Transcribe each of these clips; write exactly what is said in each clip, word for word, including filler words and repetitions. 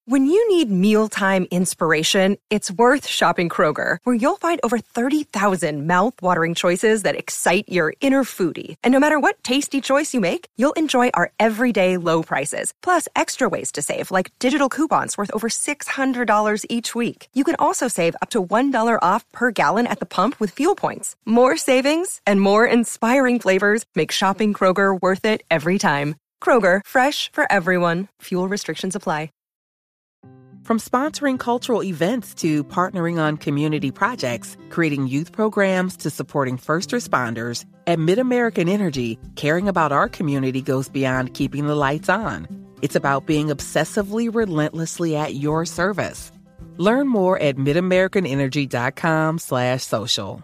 When you need mealtime inspiration, it's worth shopping Kroger, where you'll find over thirty thousand mouth-watering choices that excite your inner foodie. And no matter what tasty choice you make, you'll enjoy our everyday low prices, plus extra ways to save, like digital coupons worth over six hundred dollars each week. You can also save up to one dollar off per gallon at the pump with fuel points. More savings and more inspiring flavors make shopping Kroger worth it every time. Kroger, fresh for everyone. Fuel restrictions apply. From sponsoring cultural events to partnering on community projects, creating youth programs to supporting first responders, at MidAmerican Energy, caring about our community goes beyond keeping the lights on. It's about being obsessively relentlessly at your service. Learn more at midamericanenergy.com slash social.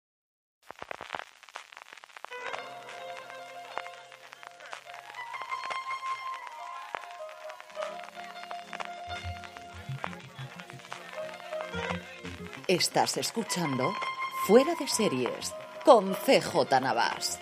Estás escuchando Fuera de Series con C J Navas.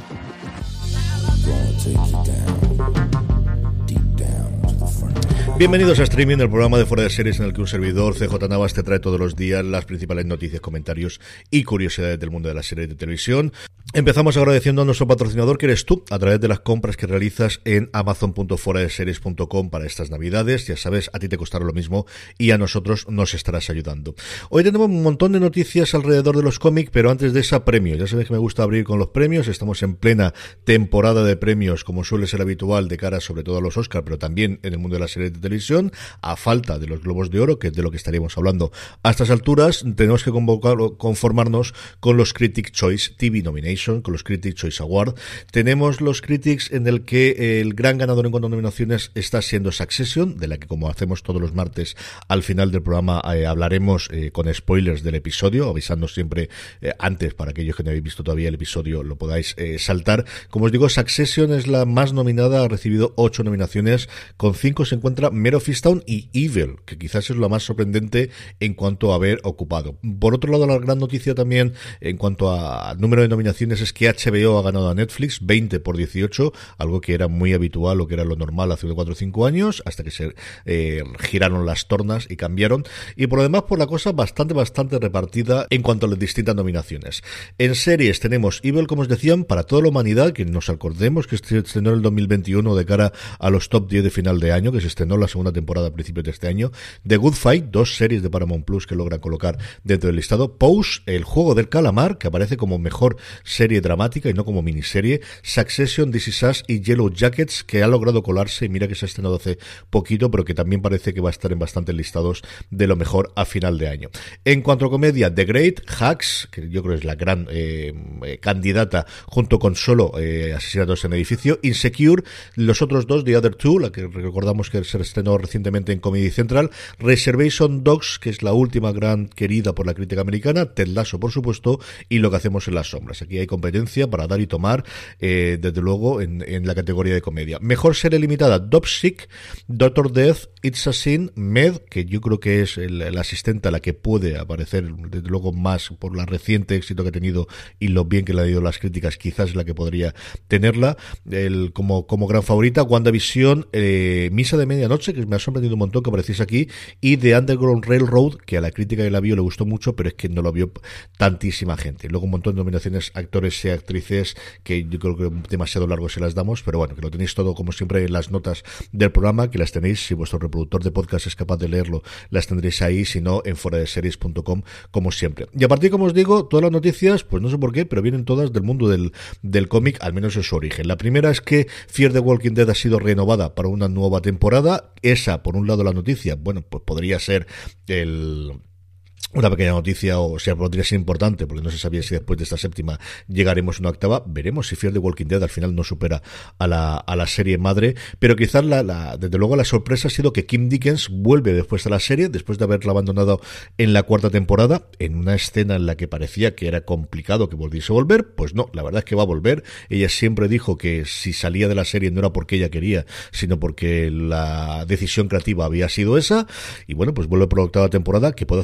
Bienvenidos a Streaming, el programa de Fuera de Series en el que un servidor, C J Navas, te trae todos los días las principales noticias, comentarios y curiosidades del mundo de las series de televisión. Empezamos agradeciendo a nuestro patrocinador, que eres tú, a través de las compras que realizas en amazon punto fuera de series punto com para estas navidades. Ya sabes, a ti te costará lo mismo y a nosotros nos estarás ayudando. Hoy tenemos un montón de noticias alrededor de los cómics, pero antes de esa, premios. Ya sabéis que me gusta abrir con los premios. Estamos en plena temporada de premios, como suele ser habitual, de cara sobre todo a los Oscar, pero también en el mundo de las series de televisión. A falta de los Globos de Oro, que es de lo que estaríamos hablando a estas alturas, tenemos que convocar, conformarnos con los Critics' Choice T V Nominations, con los Critics' Choice Award. Tenemos los Critics, en el que el gran ganador en cuanto a nominaciones está siendo Succession, de la que, como hacemos todos los martes al final del programa, eh, hablaremos eh, con spoilers del episodio, avisando siempre eh, antes, para aquellos que no habéis visto todavía el episodio lo podáis eh, saltar. Como os digo, Succession es la más nominada, ha recibido ocho nominaciones, con cinco se encuentra Mare of Easttown y Evil, que quizás es lo más sorprendente en cuanto a haber ocupado. Por otro lado, la gran noticia también en cuanto a número de nominaciones es que H B O ha ganado a Netflix veinte por dieciocho, algo que era muy habitual o que era lo normal hace cuatro o cinco años, hasta que se eh, giraron las tornas y cambiaron. Y por lo demás, por la cosa bastante, bastante repartida en cuanto a las distintas nominaciones. En series tenemos Evil, como os decían, para toda la humanidad, que nos acordemos que se estrenó en el dos mil veintiuno de cara a los top diez de final de año, que se estrenó la segunda temporada a principios de este año. The Good Fight, dos series de Paramount Plus que logran colocar dentro del listado. Pose, El Juego del Calamar, que aparece como mejor serie dramática y no como miniserie. Succession, This Is Us y Yellow Jackets, que ha logrado colarse, y mira que se ha estrenado hace poquito, pero que también parece que va a estar en bastantes listados de lo mejor a final de año. En cuanto a comedia, The Great, Hacks, que yo creo es la gran eh, candidata, junto con Solo, eh, Asesinatos en Edificio. Insecure, los otros dos, The Other Two, la que recordamos que se estrenó recientemente en Comedy Central. Reservation Dogs, que es la última gran querida por la crítica americana. Ted Lasso, por supuesto, y Lo que hacemos en las sombras. Aquí hay competencia para dar y tomar, eh, desde luego, en, en la categoría de comedia. Mejor serie limitada, Dopsic, Doctor Death, It's a Sin, Med, que yo creo que es el, el asistente a la que puede aparecer, desde luego, más por la reciente éxito que ha tenido y lo bien que le ha ido las críticas, quizás es la que podría tenerla el, como, como gran favorita. WandaVision, eh, Misa de Medianoche, que me ha sorprendido un montón que apareciese aquí, y The Underground Railroad, que a la crítica que la vio le gustó mucho, pero es que no lo vio tantísima gente. Luego un montón de nominaciones, actores y actrices, que yo creo que demasiado largo se las damos, pero bueno, que lo tenéis todo como siempre en las notas del programa, que las tenéis, si vuestro reproductor de podcast es capaz de leerlo, las tendréis ahí, si no, en fuera de series punto com, como siempre. Y a partir, como os digo, todas las noticias, pues no sé por qué, pero vienen todas del mundo del, del cómic, al menos en su origen. La primera es que Fear the Walking Dead ha sido renovada para una nueva temporada. Esa, por un lado, la noticia, bueno, pues podría ser el... una pequeña noticia, o sea, podría ser importante, porque no se sabía si después de esta séptima llegaremos a una octava. Veremos si Fear the Walking Dead al final no supera a la, a la serie madre, pero quizás la, la, desde luego la sorpresa ha sido que Kim Dickens vuelve después de la serie, después de haberla abandonado en la cuarta temporada, en una escena en la que parecía que era complicado que volviese a volver. Pues no, la verdad es que va a volver. Ella siempre dijo que si salía de la serie no era porque ella quería, sino porque la decisión creativa había sido esa, y bueno, pues vuelve por la octava temporada, que puede hacer que vuelva a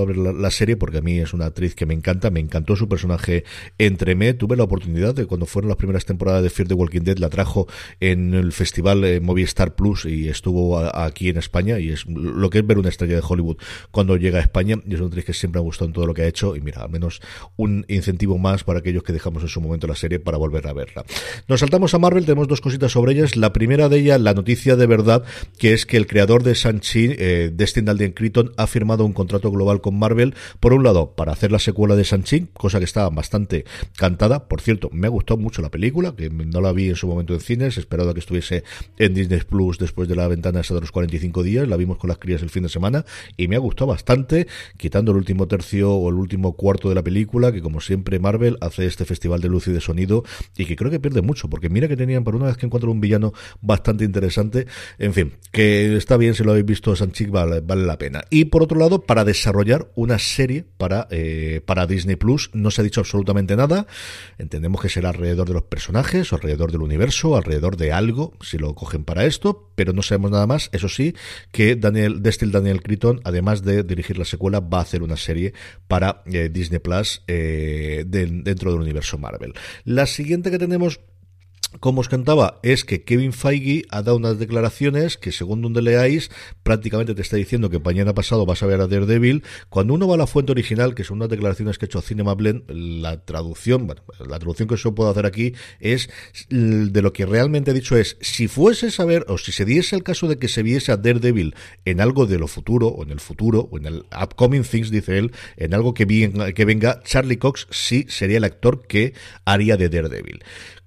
ver la, la serie, porque a mí es una actriz que me encanta, me encantó su personaje en Tremé. Tuve la oportunidad de cuando fueron las primeras temporadas de Fear the Walking Dead, la trajo en el festival eh, Movistar Plus y estuvo a, a aquí en España, y es lo que es ver una estrella de Hollywood cuando llega a España, y es una actriz que siempre me ha gustado en todo lo que ha hecho, y mira, al menos un incentivo más para aquellos que dejamos en su momento la serie para volver a verla. Nos saltamos a Marvel, tenemos dos cositas sobre ellas. La primera de ellas, la noticia de verdad, que es que el creador de Shang-Chi, eh, Destin Daniel Cretton, ha firmado un contrato global con Marvel, por un lado, para hacer la secuela de Shang-Chi, cosa que estaba bastante cantada. Por cierto, me ha gustado mucho la película, que no la vi en su momento en cines, esperaba que estuviese en Disney Plus después de la ventana esa de los cuarenta y cinco días, la vimos con las crías el fin de semana, y me ha gustado bastante, quitando el último tercio o el último cuarto de la película, que como siempre Marvel hace este festival de luz y de sonido, y que creo que pierde mucho, porque mira que tenían, por una vez que encuentran un villano bastante interesante. En fin, que está bien, si lo habéis visto, Shang-Chi vale, vale la pena. Y por otro lado, para desarrollar una serie para, eh, para Disney Plus, no se ha dicho absolutamente nada. Entendemos que será alrededor de los personajes, o alrededor del universo, alrededor de algo, si lo cogen para esto, pero no sabemos nada más. Eso sí, que Daniel, Destin Daniel Cretton, además de dirigir la secuela, va a hacer una serie para eh, Disney Plus eh, de, dentro del universo Marvel. La siguiente que tenemos, como os contaba, es que Kevin Feige ha dado unas declaraciones que, según donde leáis, prácticamente te está diciendo que mañana pasado vas a ver a Daredevil. Cuando uno va a la fuente original, que son unas declaraciones que ha hecho Cinema Blend, la traducción, bueno, la traducción que yo puedo hacer aquí es, de lo que realmente ha dicho es, si fuese a ver, o si se diese el caso de que se viese a Daredevil en algo de lo futuro, o en el futuro, o en el upcoming things, dice él, en algo que, venga, que venga, Charlie Cox sí sería el actor que haría de Daredevil.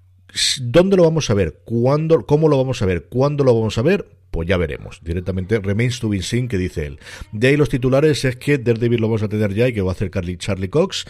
¿Dónde lo vamos a ver? ¿Cuándo? ¿Cómo lo vamos a ver? ¿Cuándo lo vamos a ver? Pues ya veremos. Directamente remains to be seen, que dice él. De ahí los titulares es que Daredevil lo vamos a tener ya y que va a hacer Charlie Cox.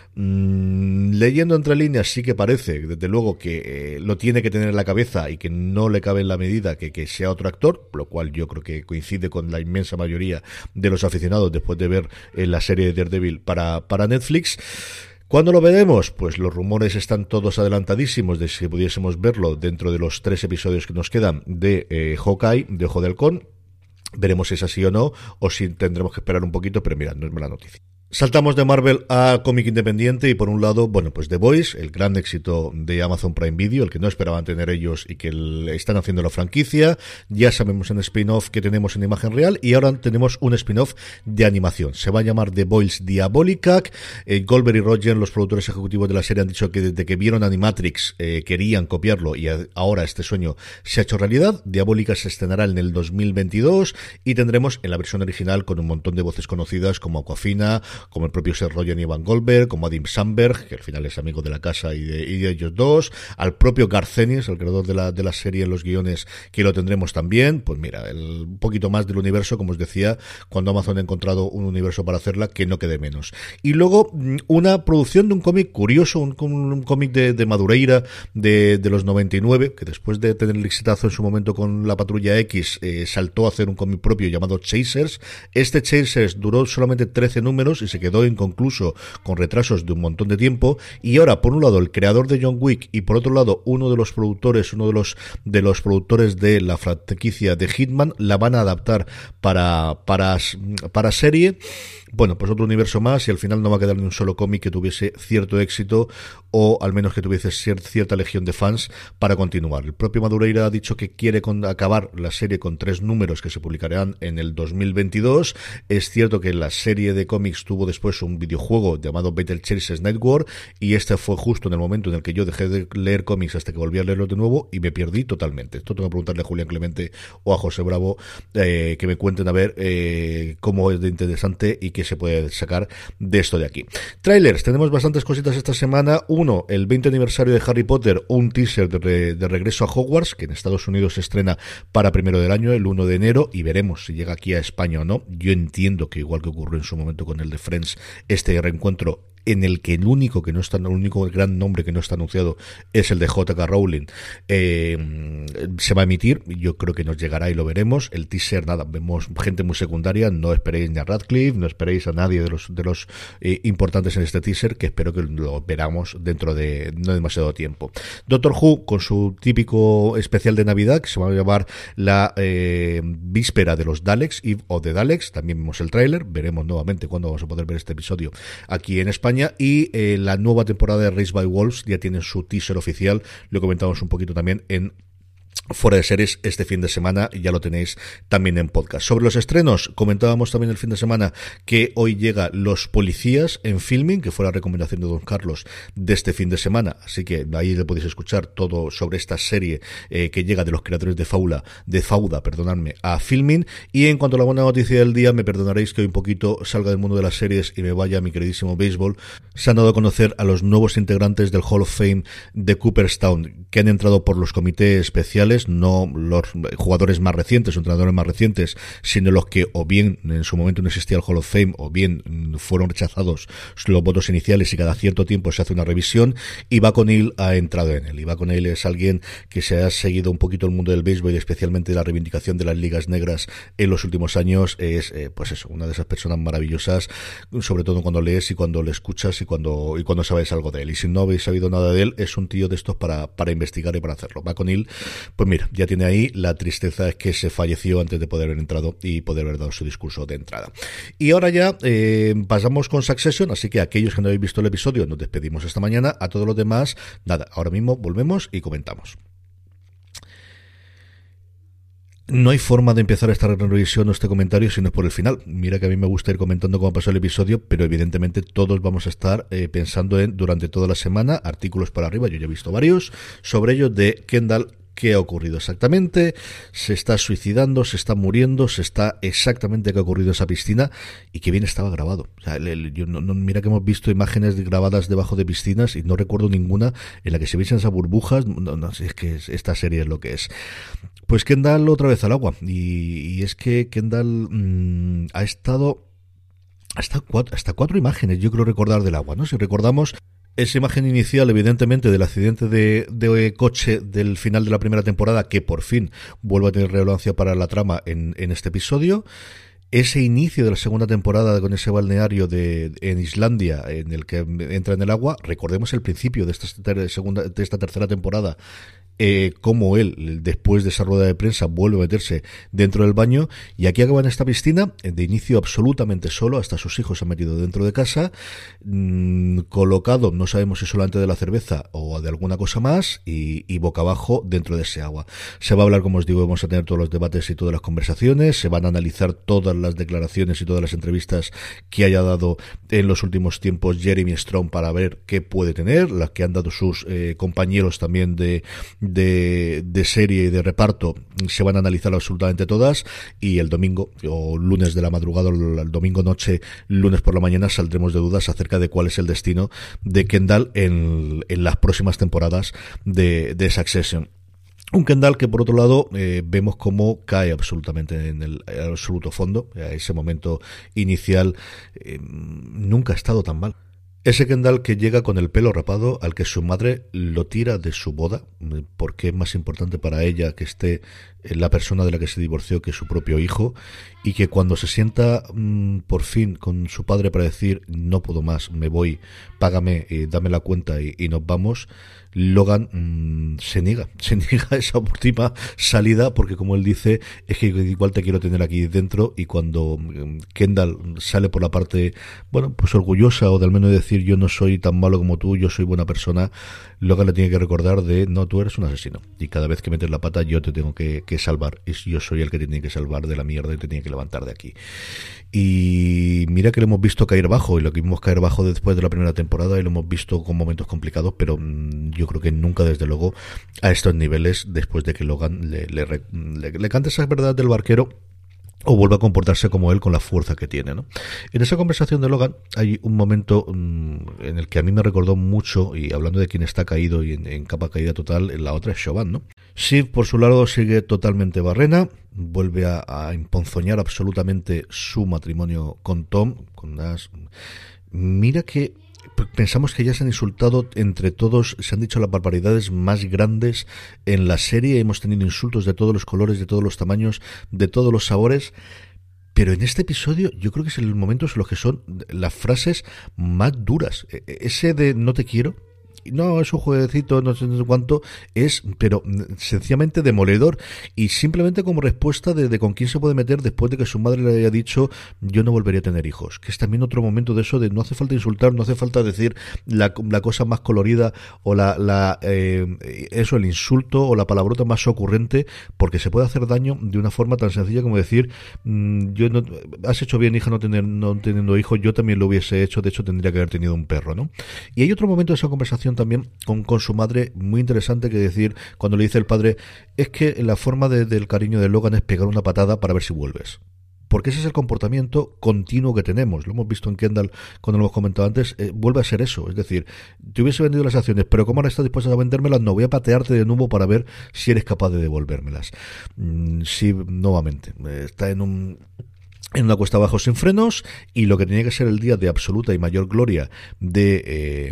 Mm, leyendo entre líneas sí que parece, desde luego, que eh, lo tiene que tener en la cabeza y que no le cabe en la medida que, que sea otro actor, lo cual yo creo que coincide con la inmensa mayoría de los aficionados después de ver eh, la serie de Daredevil para, para Netflix. ¿Cuándo lo veremos? Pues los rumores están todos adelantadísimos de si pudiésemos verlo dentro de los tres episodios que nos quedan de eh, Hawkeye, de Ojo de Halcón. Veremos si es así o no, o si tendremos que esperar un poquito, pero mira, no es mala noticia. Saltamos de Marvel a cómic independiente y por un lado, bueno, pues The Boys, el gran éxito de Amazon Prime Video, el que no esperaban tener ellos y que el, están haciendo la franquicia. Ya sabemos en spin-off que tenemos en imagen real y ahora tenemos un spin-off de animación. Se va a llamar The Boys Diabolicac. Eh, Goldberg y Roger, los productores ejecutivos de la serie, han dicho que desde que vieron Animatrix eh, querían copiarlo y a, ahora este sueño se ha hecho realidad. Diabolicac se estrenará en el dos mil veintidós y tendremos en la versión original con un montón de voces conocidas como Aquafina, como el propio Seth Rogen y Evan Goldberg, como Adam Sandberg, que al final es amigo de la casa y de, y de ellos dos, al propio Garth Ennis, el creador de la, de la serie en los guiones, que lo tendremos también. Pues mira, el, un poquito más del universo, como os decía, cuando Amazon ha encontrado un universo para hacerla, que no quede menos. Y luego, una producción de un cómic curioso, un, un cómic de, de Madureira, de, de los noventa y nueve, que después de tener el exitazo en su momento con la Patrulla X, eh, saltó a hacer un cómic propio llamado Chasers. Este Chasers duró solamente trece números y se quedó inconcluso con retrasos de un montón de tiempo, y ahora por un lado el creador de John Wick y por otro lado uno de los productores uno de los de los productores de la franquicia de Hitman la van a adaptar para para para serie. Bueno, pues otro universo más, y al final no va a quedar ni un solo cómic que tuviese cierto éxito, o al menos que tuviese cier- cierta legión de fans para continuar. El propio Madureira ha dicho que quiere con- acabar la serie con tres números que se publicarán en el dos mil veintidós. Es cierto que la serie de cómics tuvo después un videojuego llamado Battle Chasers Night War, y este fue justo en el momento en el que yo dejé de leer cómics hasta que volví a leerlos de nuevo, y me perdí totalmente. Esto tengo que preguntarle a Julián Clemente o a José Bravo, eh, que me cuenten a ver eh, cómo es de interesante y qué se puede sacar de esto de aquí. Trailers, tenemos bastantes cositas esta semana. Uno, el veinte aniversario de Harry Potter, un teaser de, re, de regreso a Hogwarts, que en Estados Unidos se estrena para primero del año, el uno de enero, y veremos si llega aquí a España o no. Yo entiendo que igual que ocurrió en su momento con el de Friends, este reencuentro en el que el único que no está, el único gran nombre que no está anunciado es el de J K Rowling, eh, se va a emitir. Yo creo que nos llegará y lo veremos. El teaser, nada, vemos gente muy secundaria, no esperéis ni a Radcliffe, no esperéis a nadie de los de los eh, importantes en este teaser, que espero que lo veramos dentro de no demasiado tiempo. Doctor Who, con su típico especial de Navidad, que se va a llamar la eh, víspera de los Daleks y, o de Daleks, también vemos el tráiler, veremos nuevamente cuándo vamos a poder ver este episodio aquí en España, y eh, la nueva temporada de Raised by Wolves ya tiene su teaser oficial, lo comentamos un poquito también en Fuera de Series este fin de semana, y ya lo tenéis también en podcast. Sobre los estrenos, comentábamos también el fin de semana que hoy llega Los Policías en Filming, que fue la recomendación de Don Carlos de este fin de semana, así que ahí le podéis escuchar todo sobre esta serie eh, que llega de los creadores de Faula, de Fauda, perdonadme, a Filming. Y en cuanto a la buena noticia del día, me perdonaréis que hoy un poquito salga del mundo de las series y me vaya a mi queridísimo béisbol. Se han dado a conocer a los nuevos integrantes del Hall of Fame de Cooperstown, que han entrado por los comités especiales, no los jugadores más recientes o entrenadores más recientes, sino los que o bien en su momento no existía el Hall of Fame o bien fueron rechazados los votos iniciales, y cada cierto tiempo se hace una revisión. Y Buck O'Neil ha entrado en él. Y Buck O'Neil es alguien que se ha seguido un poquito el mundo del béisbol y especialmente la reivindicación de las ligas negras en los últimos años. Es eh, pues eso, una de esas personas maravillosas, sobre todo cuando lees y cuando le escuchas y cuando y cuando sabes algo de él. Y si no habéis sabido nada de él, es un tío de estos para, para investigar y para hacerlo. Buck O'Neil, pues mira, ya tiene ahí. La tristeza es que se falleció antes de poder haber entrado y poder haber dado su discurso de entrada. Y ahora ya eh, pasamos con Succession, así que aquellos que no habéis visto el episodio, nos despedimos esta mañana. A todos los demás, nada, ahora mismo volvemos y comentamos. No hay forma de empezar esta revisión o este comentario si no es por el final. Mira que a mí me gusta ir comentando cómo pasó el episodio, pero evidentemente todos vamos a estar eh, pensando en, durante toda la semana, artículos para arriba, yo ya he visto varios, sobre ello de Kendall. ¿Qué ha ocurrido exactamente? ¿Se está suicidando? ¿Se está muriendo? ¿Se está exactamente qué ha ocurrido en esa piscina? Y qué bien estaba grabado. O sea, el, el, yo no, no, mira que hemos visto imágenes grabadas debajo de piscinas y no recuerdo ninguna en la que se viesen esas burbujas. No, no, es que esta serie es lo que es. Pues Kendall otra vez al agua. Y, y es que Kendall mmm, ha estado hasta cuatro, hasta cuatro imágenes, yo creo recordar, del agua, ¿no? Si recordamos esa imagen inicial, evidentemente, del accidente de, de coche del final de la primera temporada, que por fin vuelve a tener relevancia para la trama en, en este episodio. Ese inicio de la segunda temporada con ese balneario de en Islandia en el que entra en el agua. Recordemos el principio de esta segunda, de esta tercera temporada. Eh, como él, después de esa rueda de prensa, vuelve a meterse dentro del baño, y aquí acaba en esta piscina, de inicio absolutamente solo, hasta sus hijos se han metido dentro de casa, mmm, colocado, no sabemos si solamente de la cerveza o de alguna cosa más, y, y boca abajo dentro de ese agua. Se va a hablar, como os digo, vamos a tener todos los debates y todas las conversaciones, se van a analizar todas las declaraciones y todas las entrevistas que haya dado en los últimos tiempos Jeremy Strong para ver qué puede tener, las que han dado sus eh, compañeros también de De, de serie y de reparto, se van a analizar absolutamente todas, y el domingo o lunes de la madrugada, o el domingo noche, lunes por la mañana, saldremos de dudas acerca de cuál es el destino de Kendall en, en las próximas temporadas de, de Succession. Un Kendall que, por otro lado, eh, vemos cómo cae absolutamente en el, el absoluto fondo. A ese momento inicial eh, nunca ha estado tan mal. Ese Kendall que llega con el pelo rapado, al que su madre lo tira de su boda, porque es más importante para ella que esté la persona de la que se divorció que su propio hijo, y que cuando se sienta mmm, por fin con su padre para decir no puedo más, me voy, págame, eh, dame la cuenta y, y nos vamos, Logan mmm, se niega, se niega a esa última salida, porque como él dice, es que igual te quiero tener aquí dentro. Y cuando mmm, Kendall sale por la parte, bueno, pues orgullosa, o de al menos decir yo no soy tan malo como tú, yo soy buena persona, Logan le tiene que recordar de no, tú eres un asesino, y cada vez que metes la pata yo te tengo que, que salvar, y yo soy el que te tiene que salvar de la mierda y te tiene que levantar de aquí. Y mira que lo hemos visto caer bajo, y lo que vimos caer bajo después de la primera temporada, y lo hemos visto con momentos complicados, pero mmm, yo creo que nunca, desde luego, a estos niveles, después de que Logan le, le, le, le cante esa verdad del barquero, o vuelve a comportarse como él con la fuerza que tiene, ¿no? En esa conversación de Logan hay un momento mmm, en el que a mí me recordó mucho, y hablando de quien está caído y en, en capa caída total, en la otra es Siobhan, ¿no? Shiv, por su lado, sigue totalmente barrena, vuelve a, a emponzoñar absolutamente su matrimonio con Tom, con unas... Mira que pensamos que ya se han insultado entre todos, se han dicho las barbaridades más grandes en la serie, hemos tenido insultos de todos los colores, de todos los tamaños, de todos los sabores. Pero en este episodio yo creo que es el momento en los que son las frases más duras. Ese de no te quiero, no, es un jueguecito, no sé, no sé cuánto, es, pero sencillamente demoledor, y simplemente como respuesta de, de con quién se puede meter después de que su madre le haya dicho yo no volvería a tener hijos, que es también otro momento de eso de no hace falta insultar, no hace falta decir la, la cosa más colorida o la, la eh, eso, el insulto o la palabrota más ocurrente, porque se puede hacer daño de una forma tan sencilla como decir mmm, yo no, has hecho bien, hija, no, tener, no teniendo hijos, yo también lo hubiese hecho, de hecho tendría que haber tenido un perro, ¿no? Y hay otro momento de esa conversación también con, con su madre muy interesante, que decir cuando le dice el padre, es que la forma de, del cariño de Logan es pegar una patada para ver si vuelves, porque ese es el comportamiento continuo que tenemos, lo hemos visto en Kendall cuando lo hemos comentado antes, eh, vuelve a ser eso, es decir, te hubiese vendido las acciones, pero como ahora estás dispuesta a vendérmelas, no, voy a patearte de nuevo para ver si eres capaz de devolvérmelas. Mm, sí, nuevamente, eh, está en un en una cuesta abajo sin frenos, y lo que tenía que ser el día de absoluta y mayor gloria de eh,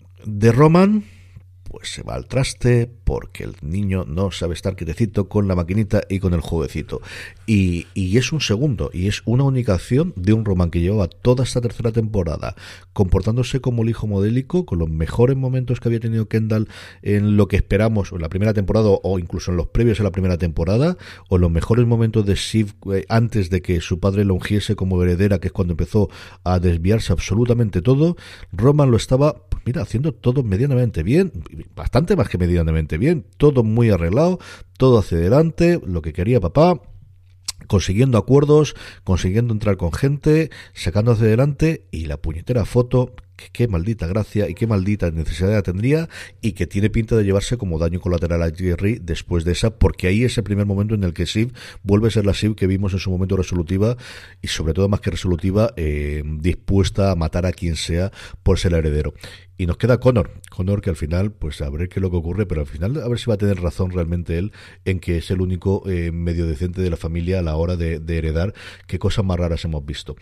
de Roman, pues se va al traste porque el niño no sabe estar quietecito con la maquinita y con el jueguecito. Y, y es un segundo, y es una única acción de un Roman que llevaba toda esta tercera temporada comportándose como el hijo modélico, con los mejores momentos que había tenido Kendall en lo que esperamos en la primera temporada, o incluso en los previos a la primera temporada, o en los mejores momentos de Shiv eh, antes de que su padre lo ungiese como heredera, que es cuando empezó a desviarse absolutamente todo. Roman lo estaba, pues mira, haciendo todo medianamente bien, bastante más que medianamente bien, todo muy arreglado, todo hacia adelante, lo que quería papá, consiguiendo acuerdos, consiguiendo entrar con gente, sacando hacia adelante, y la puñetera foto, que qué maldita gracia y qué maldita necesidad tendría, y que tiene pinta de llevarse como daño colateral a Jerry después de esa, porque ahí es el primer momento en el que Shiv vuelve a ser la Shiv que vimos en su momento resolutiva, y sobre todo más que resolutiva, eh, dispuesta a matar a quien sea por ser el heredero. Y nos queda Connor, Connor que al final, pues a ver qué es lo que ocurre, pero al final a ver si va a tener razón realmente él en que es el único eh, medio decente de la familia a la hora de, de heredar. Qué cosas más raras hemos visto.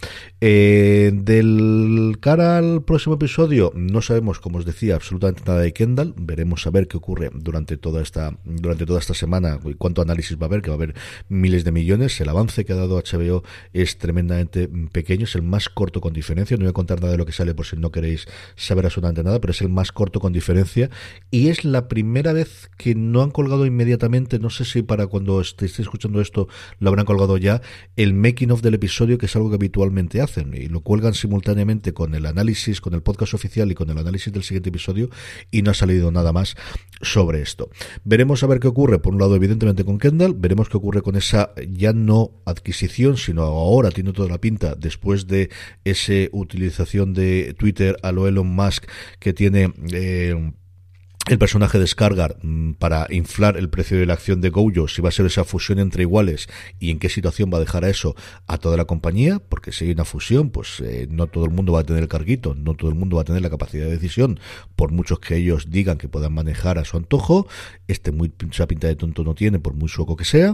Eh, del cara al próximo episodio, no sabemos, como os decía, absolutamente nada de Kendall. Veremos a ver qué ocurre durante toda esta durante toda esta semana y cuánto análisis va a haber, que va a haber miles de millones. El avance que ha dado H B O es tremendamente pequeño, es el más corto con diferencia. No voy a contar nada de lo que sale por si no queréis saber absolutamente nada, pero es el más corto con diferencia, y es la primera vez que no han colgado inmediatamente, no sé si para cuando estéis escuchando esto lo habrán colgado ya, el making of del episodio, que es algo que habitualmente hacen, y lo cuelgan simultáneamente con el análisis, con el podcast oficial y con el análisis del siguiente episodio, y no ha salido nada más sobre esto. Veremos a ver qué ocurre, por un lado evidentemente con Kendall, veremos qué ocurre con esa ya no adquisición, sino ahora tiene toda la pinta, después de esa utilización de Twitter a lo Elon Musk que tiene eh, el personaje de Skarsgård para inflar el precio de la acción de Gojo, si va a ser esa fusión entre iguales y en qué situación va a dejar a eso a toda la compañía, porque si hay una fusión, pues eh, no todo el mundo va a tener el carguito, no todo el mundo va a tener la capacidad de decisión, por muchos que ellos digan que puedan manejar a su antojo. Este muy esa pinta de tonto no tiene, por muy sueco que sea.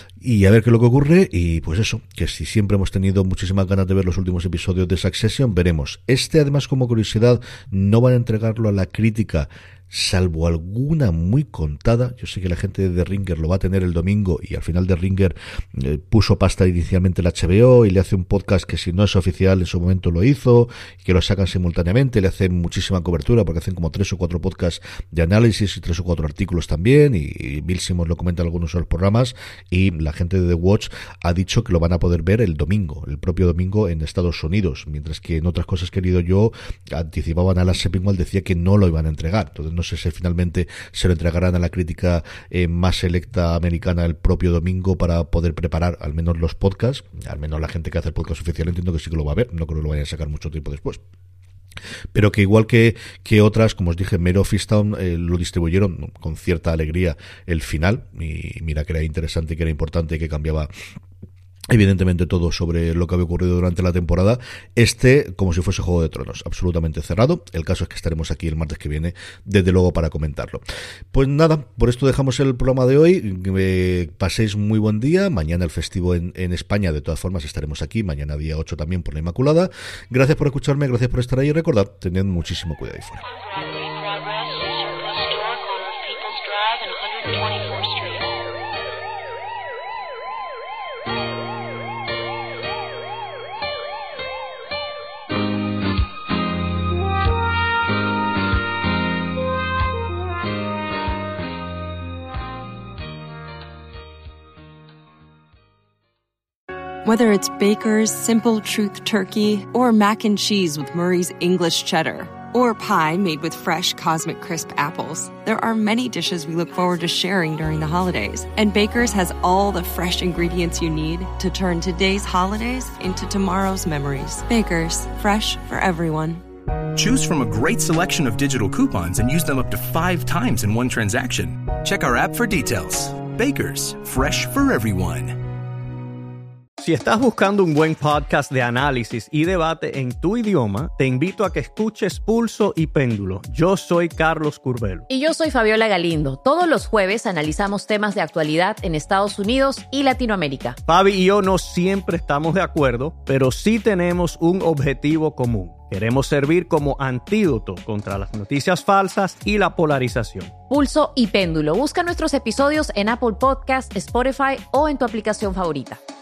Y a ver qué es lo que ocurre, y pues eso, que si siempre hemos tenido muchísimas ganas de ver los últimos episodios de Succession, veremos. Este, además, como curiosidad, no van a entregarlo a la crítica, salvo alguna muy contada. Yo sé que la gente de The Ringer lo va a tener el domingo, y al final The Ringer eh, puso pasta inicialmente el H B O y le hace un podcast que, si no es oficial, en su momento lo hizo, y que lo sacan simultáneamente, le hacen muchísima cobertura porque hacen como tres o cuatro podcasts de análisis y tres o cuatro artículos también, y, y Bill Simmons lo comenta en algunos de los programas, y la gente de The Watch ha dicho que lo van a poder ver el domingo, el propio domingo en Estados Unidos, mientras que en otras cosas que he leído yo anticipaban a la Sepinwall, decía que no lo iban a entregar. Entonces no sé si finalmente se lo entregarán a la crítica eh, más selecta americana el propio domingo para poder preparar al menos los podcasts, al menos la gente que hace el podcast oficial entiendo que sí que lo va a ver, no creo que lo vayan a sacar mucho tiempo después. Pero que igual que, que otras, como os dije, Mero Fistown eh, lo distribuyeron con cierta alegría el final, y mira que era interesante y que era importante y que cambiaba evidentemente todo sobre lo que había ocurrido durante la temporada. Este, como si fuese Juego de Tronos, absolutamente cerrado. El caso es que estaremos aquí el martes que viene, desde luego, para comentarlo. Pues nada, por esto dejamos el programa de hoy. Eh, paséis muy buen día. Mañana el festivo en, en España, de todas formas estaremos aquí, mañana día ocho también por la Inmaculada. Gracias por escucharme, gracias por estar ahí y recordad, tened muchísimo cuidado ahí fuera. Whether it's Baker's Simple Truth Turkey or mac and cheese with Murray's English Cheddar or pie made with fresh Cosmic Crisp apples, there are many dishes we look forward to sharing during the holidays. And Baker's has all the fresh ingredients you need to turn today's holidays into tomorrow's memories. Baker's, fresh for everyone. Choose from a great selection of digital coupons and use them up to five times in one transaction. Check our app for details. Baker's, fresh for everyone. Si estás buscando un buen podcast de análisis y debate en tu idioma, te invito a que escuches Pulso y Péndulo. Yo soy Carlos Curbelo. Y yo soy Fabiola Galindo. Todos los jueves analizamos temas de actualidad en Estados Unidos y Latinoamérica. Fabi y yo no siempre estamos de acuerdo, pero sí tenemos un objetivo común. Queremos servir como antídoto contra las noticias falsas y la polarización. Pulso y Péndulo. Busca nuestros episodios en Apple Podcasts, Spotify o en tu aplicación favorita.